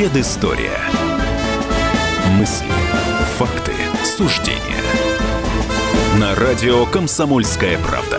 Предыстория. Мысли, факты, суждения. На радио «Комсомольская правда».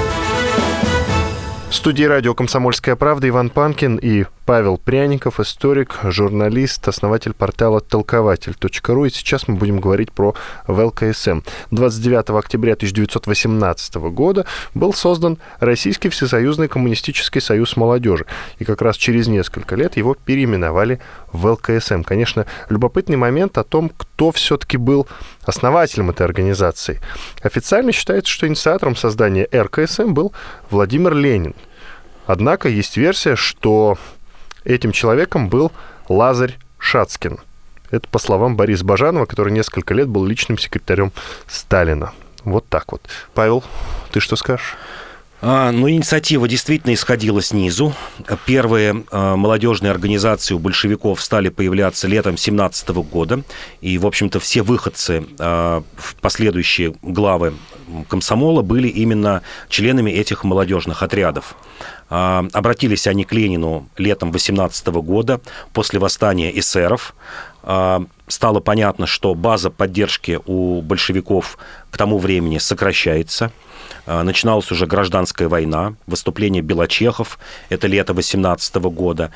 В студии радио «Комсомольская правда» Иван Панкин и Павел Пряников, историк, журналист, основатель портала толкователь.ру. И сейчас мы будем говорить про ВЛКСМ. 29 октября 1918 года был создан Российский Всесоюзный Коммунистический Союз Молодежи. И как раз через несколько лет его переименовали в ВЛКСМ. Конечно, любопытный момент о том, кто все-таки был основателем этой организации. Официально считается, что инициатором создания РКСМ был Владимир Ленин. Однако есть версия, что этим человеком был Лазарь Шацкин. Это по словам Бориса Бажанова, который несколько лет был личным секретарем Сталина. Вот так вот. Павел, ты что скажешь? Инициатива действительно исходила снизу. Первые молодежные организации у большевиков стали появляться летом 1917 года. И, в общем-то, все выходцы в последующие главы комсомола были именно членами этих молодежных отрядов. Обратились они к Ленину летом 18 года, после восстания эсеров. Стало понятно, что база поддержки у большевиков к тому времени сокращается. Начиналась уже гражданская война, выступление белочехов, это лето 18 года.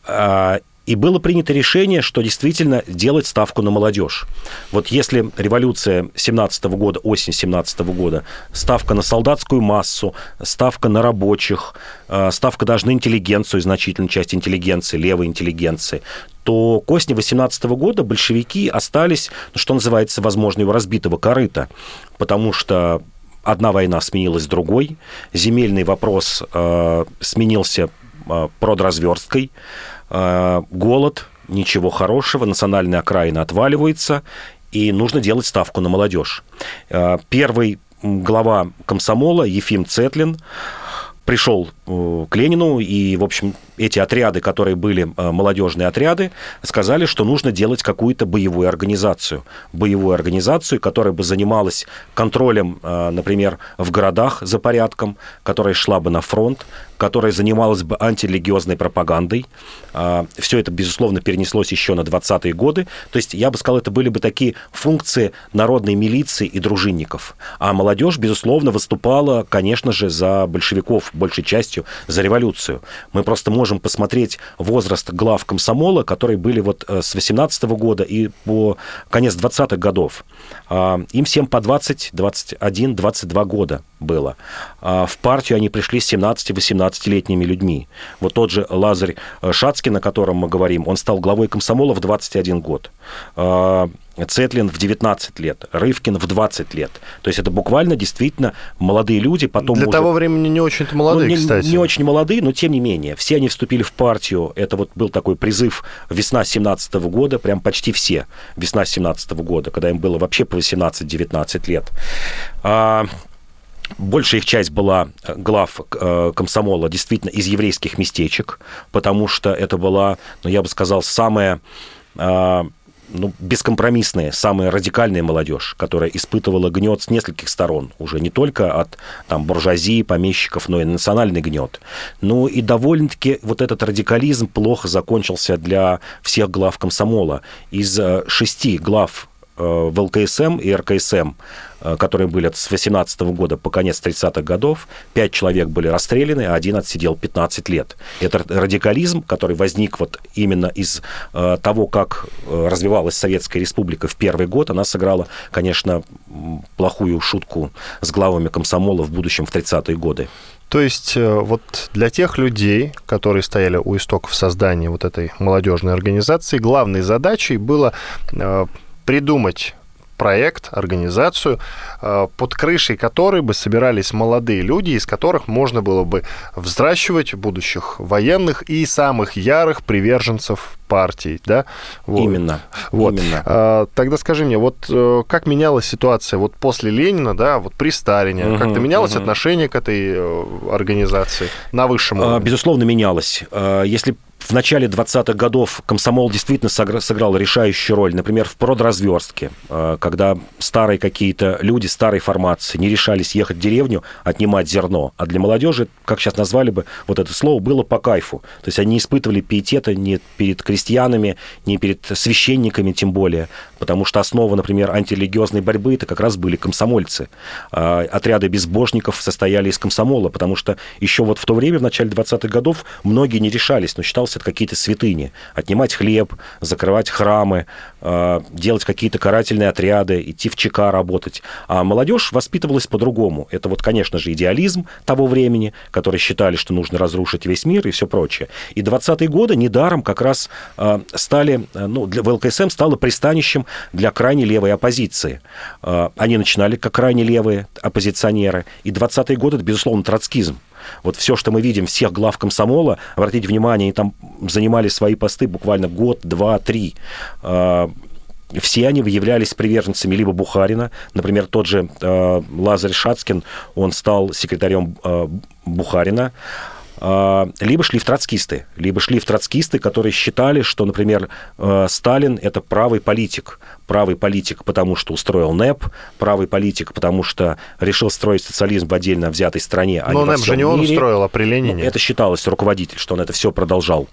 И было принято решение, что действительно делать ставку на молодежь. Вот если революция 17 года, осень 17 года, ставка на солдатскую массу, ставка на рабочих, ставка даже на интеллигенцию, значительную часть интеллигенции, левой интеллигенции, то к осени 18 года большевики остались, что называется, возможно, у разбитого корыта, потому что одна война сменилась другой, земельный вопрос сменился продразверсткой, голод, ничего хорошего, национальная окраина отваливается, и нужно делать ставку на молодежь. Первый глава комсомола Ефим Цетлин пришел к Ленину, и, в общем, эти отряды, которые были молодежные отряды, сказали, что нужно делать какую-то боевую организацию, которая бы занималась контролем, например, в городах за порядком, которая шла бы на фронт, которая занималась бы антирелигиозной пропагандой. Все это, безусловно, перенеслось еще на 20-е годы. То есть, я бы сказал, это были бы такие функции народной милиции и дружинников. А молодежь, безусловно, выступала, конечно же, за большевиков, большей частью за революцию. Мы просто можем посмотреть возраст глав комсомола, которые были вот с 18 года и по конец 20-х годов. Им всем по 20, 21, 22 года было. В партию они пришли с 17-18-летними людьми. Вот тот же Лазарь Шацкин, о котором мы говорим, он стал главой комсомола в 21 год. Цетлин в 19 лет, Рывкин в 20 лет. То есть это буквально действительно молодые люди. Потом для того времени не очень-то молодые, кстати. Не очень молодые, но тем не менее. Все они вступили в партию. Это вот был такой призыв весна 17 года, прям почти все. Весна 17 года, когда им было вообще по 18-19 лет. Большая их часть была глав комсомола действительно из еврейских местечек, потому что это была, я бы сказал, самая бескомпромиссная, самая радикальная молодежь, которая испытывала гнет с нескольких сторон, уже не только от буржуазии, помещиков, но и национальный гнет. И довольно-таки вот этот радикализм плохо закончился для всех глав комсомола. Из 6 глав ВЛКСМ и РКСМ, которые были с 18 года по конец 30-х годов, 5 человек были расстреляны, а 1 отсидел 15 лет. Это радикализм, который возник вот именно из того, как развивалась Советская Республика в первый год. Она сыграла, конечно, плохую шутку с главами комсомола в будущем в 30-е годы. То есть вот для тех людей, которые стояли у истоков создания вот этой молодежной организации, главной задачей было придумать проект, организацию, под крышей которой бы собирались молодые люди, из которых можно было бы взращивать будущих военных и самых ярых приверженцев партий, да? Вот. Именно. Тогда скажи мне, вот как менялась ситуация вот после Ленина, да, вот при Сталине, как-то менялось отношение к этой организации на высшем уровне? Безусловно, менялось. Если В начале 20-х годов комсомол действительно сыграл решающую роль, например, в продразверстке, когда старые какие-то люди, старой формации не решались ехать в деревню, отнимать зерно, а для молодежи, как сейчас назвали бы, вот это слово было по кайфу. То есть они не испытывали пиетета ни перед крестьянами, ни перед священниками тем более, потому что основа, например, антирелигиозной борьбы это как раз были комсомольцы. Отряды безбожников состояли из комсомола, потому что еще вот в то время, в начале 20-х годов, многие не решались, но считался это какие-то святыни. Отнимать хлеб, закрывать храмы, делать какие-то карательные отряды, идти в ЧК работать. А молодежь воспитывалась по-другому. Это вот, конечно же, идеализм того времени, которые считали, что нужно разрушить весь мир и все прочее. И 20-е годы недаром как раз стали, для ВЛКСМ стало пристанищем для крайне левой оппозиции. Они начинали как крайне левые оппозиционеры. И 20-е годы, это, безусловно, троцкизм. Вот все, что мы видим, всех глав комсомола, обратите внимание, они там занимали свои посты буквально год, два, три. Все они являлись приверженцами либо Бухарина, например, тот же Лазарь Шацкин, он стал секретарем Бухарина, либо шли в троцкисты, которые считали, что, например, Сталин – это правый политик, потому что устроил НЭП, правый политик, потому что решил строить социализм в отдельно взятой стране, а не во всем мире. Но НЭП же не он устроил, а при Ленине. Это считалось руководитель, что он это все продолжал,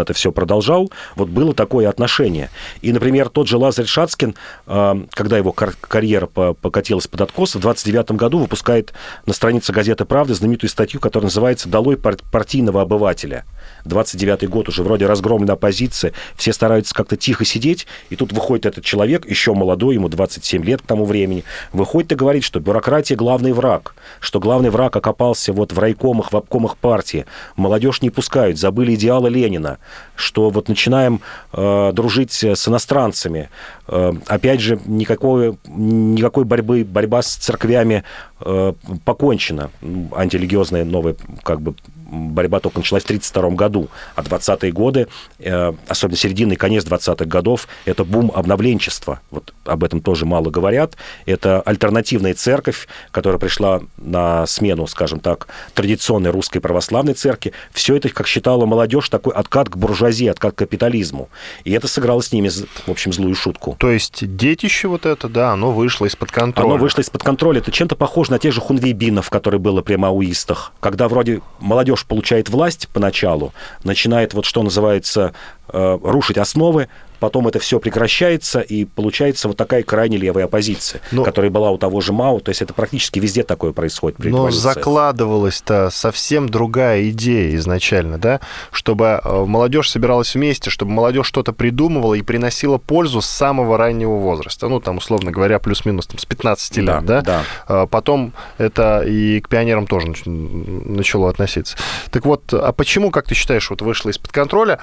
Вот было такое отношение. И, например, тот же Лазарь Шацкин, когда его карьера покатилась под откос, в 29 году выпускает на странице газеты «Правда» знаменитую статью, которая называется «Долой партийного обывателя». 29-й год, уже вроде разгромлена оппозиция, все стараются как-то тихо сидеть, и тут выходит этот человек, еще молодой, ему 27 лет к тому времени, выходит и говорит, что бюрократия главный враг, что главный враг окопался вот в райкомах, в обкомах партии, молодежь не пускают, забыли идеалы Ленина, что вот начинаем дружить с иностранцами. Опять же, никакой борьба с церквями покончена. Антирелигиозная новая борьба только началась в 1932 году, а 20-е годы, особенно середина и конец 20-х годов, это бум обновленчества. Вот об этом тоже мало говорят. Это альтернативная церковь, которая пришла на смену, скажем так, традиционной русской православной церкви. Все это, как считала молодежь, такой откат к буржуазии, откат к капитализму. И это сыграло с ними, в общем, злую шутку. То есть детище вот это, да, оно вышло из-под контроля. Оно вышло из-под контроля. Это чем-то похоже на тех же хунвейбинов, которые было при маоистах. Когда вроде молодежь получает власть поначалу, начинает, вот что называется, рушить основы, потом это все прекращается, и получается вот такая крайне левая оппозиция, которая была у того же Мао, то есть это практически везде такое происходит. Но закладывалась-то совсем другая идея изначально, да, чтобы молодежь собиралась вместе, чтобы молодежь что-то придумывала и приносила пользу с самого раннего возраста, там, условно говоря, плюс-минус с 15 лет, да? Потом это и к пионерам тоже начало относиться. Так вот, а почему, как ты считаешь, вот вышло из-под контроля,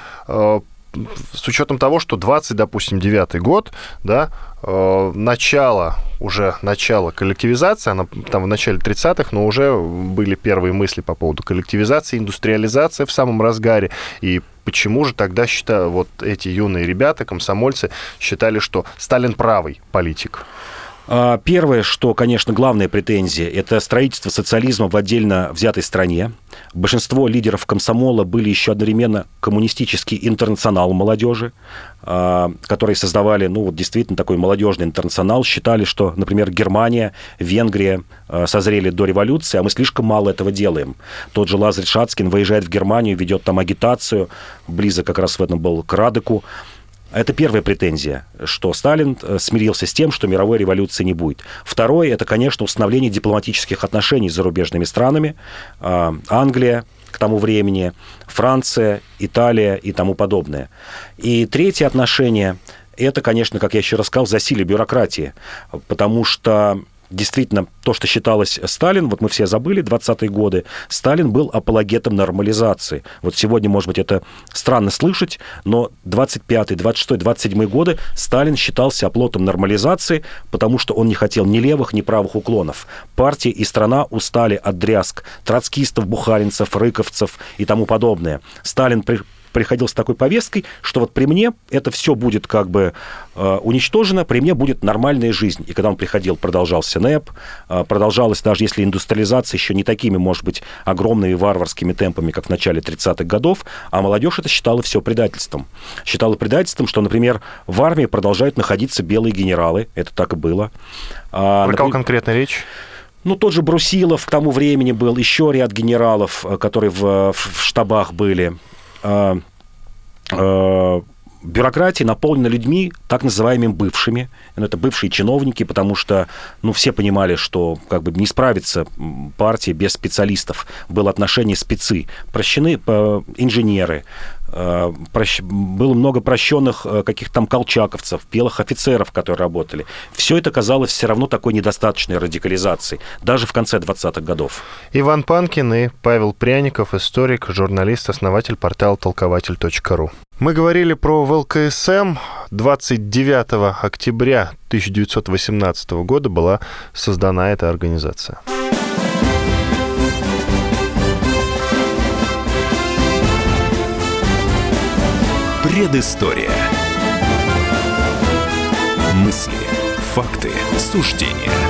с учетом того, что 29-й год, да, начало коллективизации, она там в начале 30-х, но уже были первые мысли по поводу коллективизации, индустриализации в самом разгаре. И почему же тогда вот эти юные ребята, комсомольцы, считали, что Сталин правый политик? Первое, что, конечно, главная претензия, это строительство социализма в отдельно взятой стране. Большинство лидеров комсомола были еще одновременно коммунистический интернационал молодежи, которые создавали, действительно такой молодежный интернационал, считали, что, например, Германия, Венгрия созрели до революции, а мы слишком мало этого делаем. Тот же Лазарь Шацкин выезжает в Германию, ведет там агитацию, близок как раз в этом был к Радеку. Это первая претензия, что Сталин смирился с тем, что мировой революции не будет. Второе, это, конечно, установление дипломатических отношений с зарубежными странами. Англия к тому времени, Франция, Италия и тому подобное. И третье отношение, это, конечно, как я еще раз сказал, засилие бюрократии, потому что действительно, то, что считалось Сталин, вот мы все забыли 20-е годы, Сталин был апологетом нормализации. Вот сегодня, может быть, это странно слышать, но 25-й, 26-й, 27-й годы Сталин считался оплотом нормализации, потому что он не хотел ни левых, ни правых уклонов. Партия и страна устали от дрязг троцкистов, бухаринцев, рыковцев и тому подобное. Сталин приходил с такой повесткой, что вот при мне это все будет как бы уничтожено, при мне будет нормальная жизнь. И когда он приходил, продолжался НЭП, продолжалась, даже если индустриализация еще не такими, может быть, огромными варварскими темпами, как в начале 30-х годов, а молодежь это считала все предательством. Считала предательством, что, например, в армии продолжают находиться белые генералы, это так и было. Про кого конкретно речь? Ну, тот же Брусилов к тому времени был, еще ряд генералов, которые в штабах были. Бюрократия наполнена людьми, так называемыми бывшими. Это бывшие чиновники, потому что все понимали, что как бы не справится партия без специалистов. Было отношение спецы. Прощены инженеры. Было много прощенных каких-то там колчаковцев, белых офицеров, которые работали. Все это казалось все равно такой недостаточной радикализацией, даже в конце 20-х годов. Иван Панкин и Павел Пряников, историк, журналист, основатель портала толкователь.ру. Мы говорили про ВЛКСМ. 29 октября 1918 года была создана эта организация. Предыстория. Мысли, факты, суждения.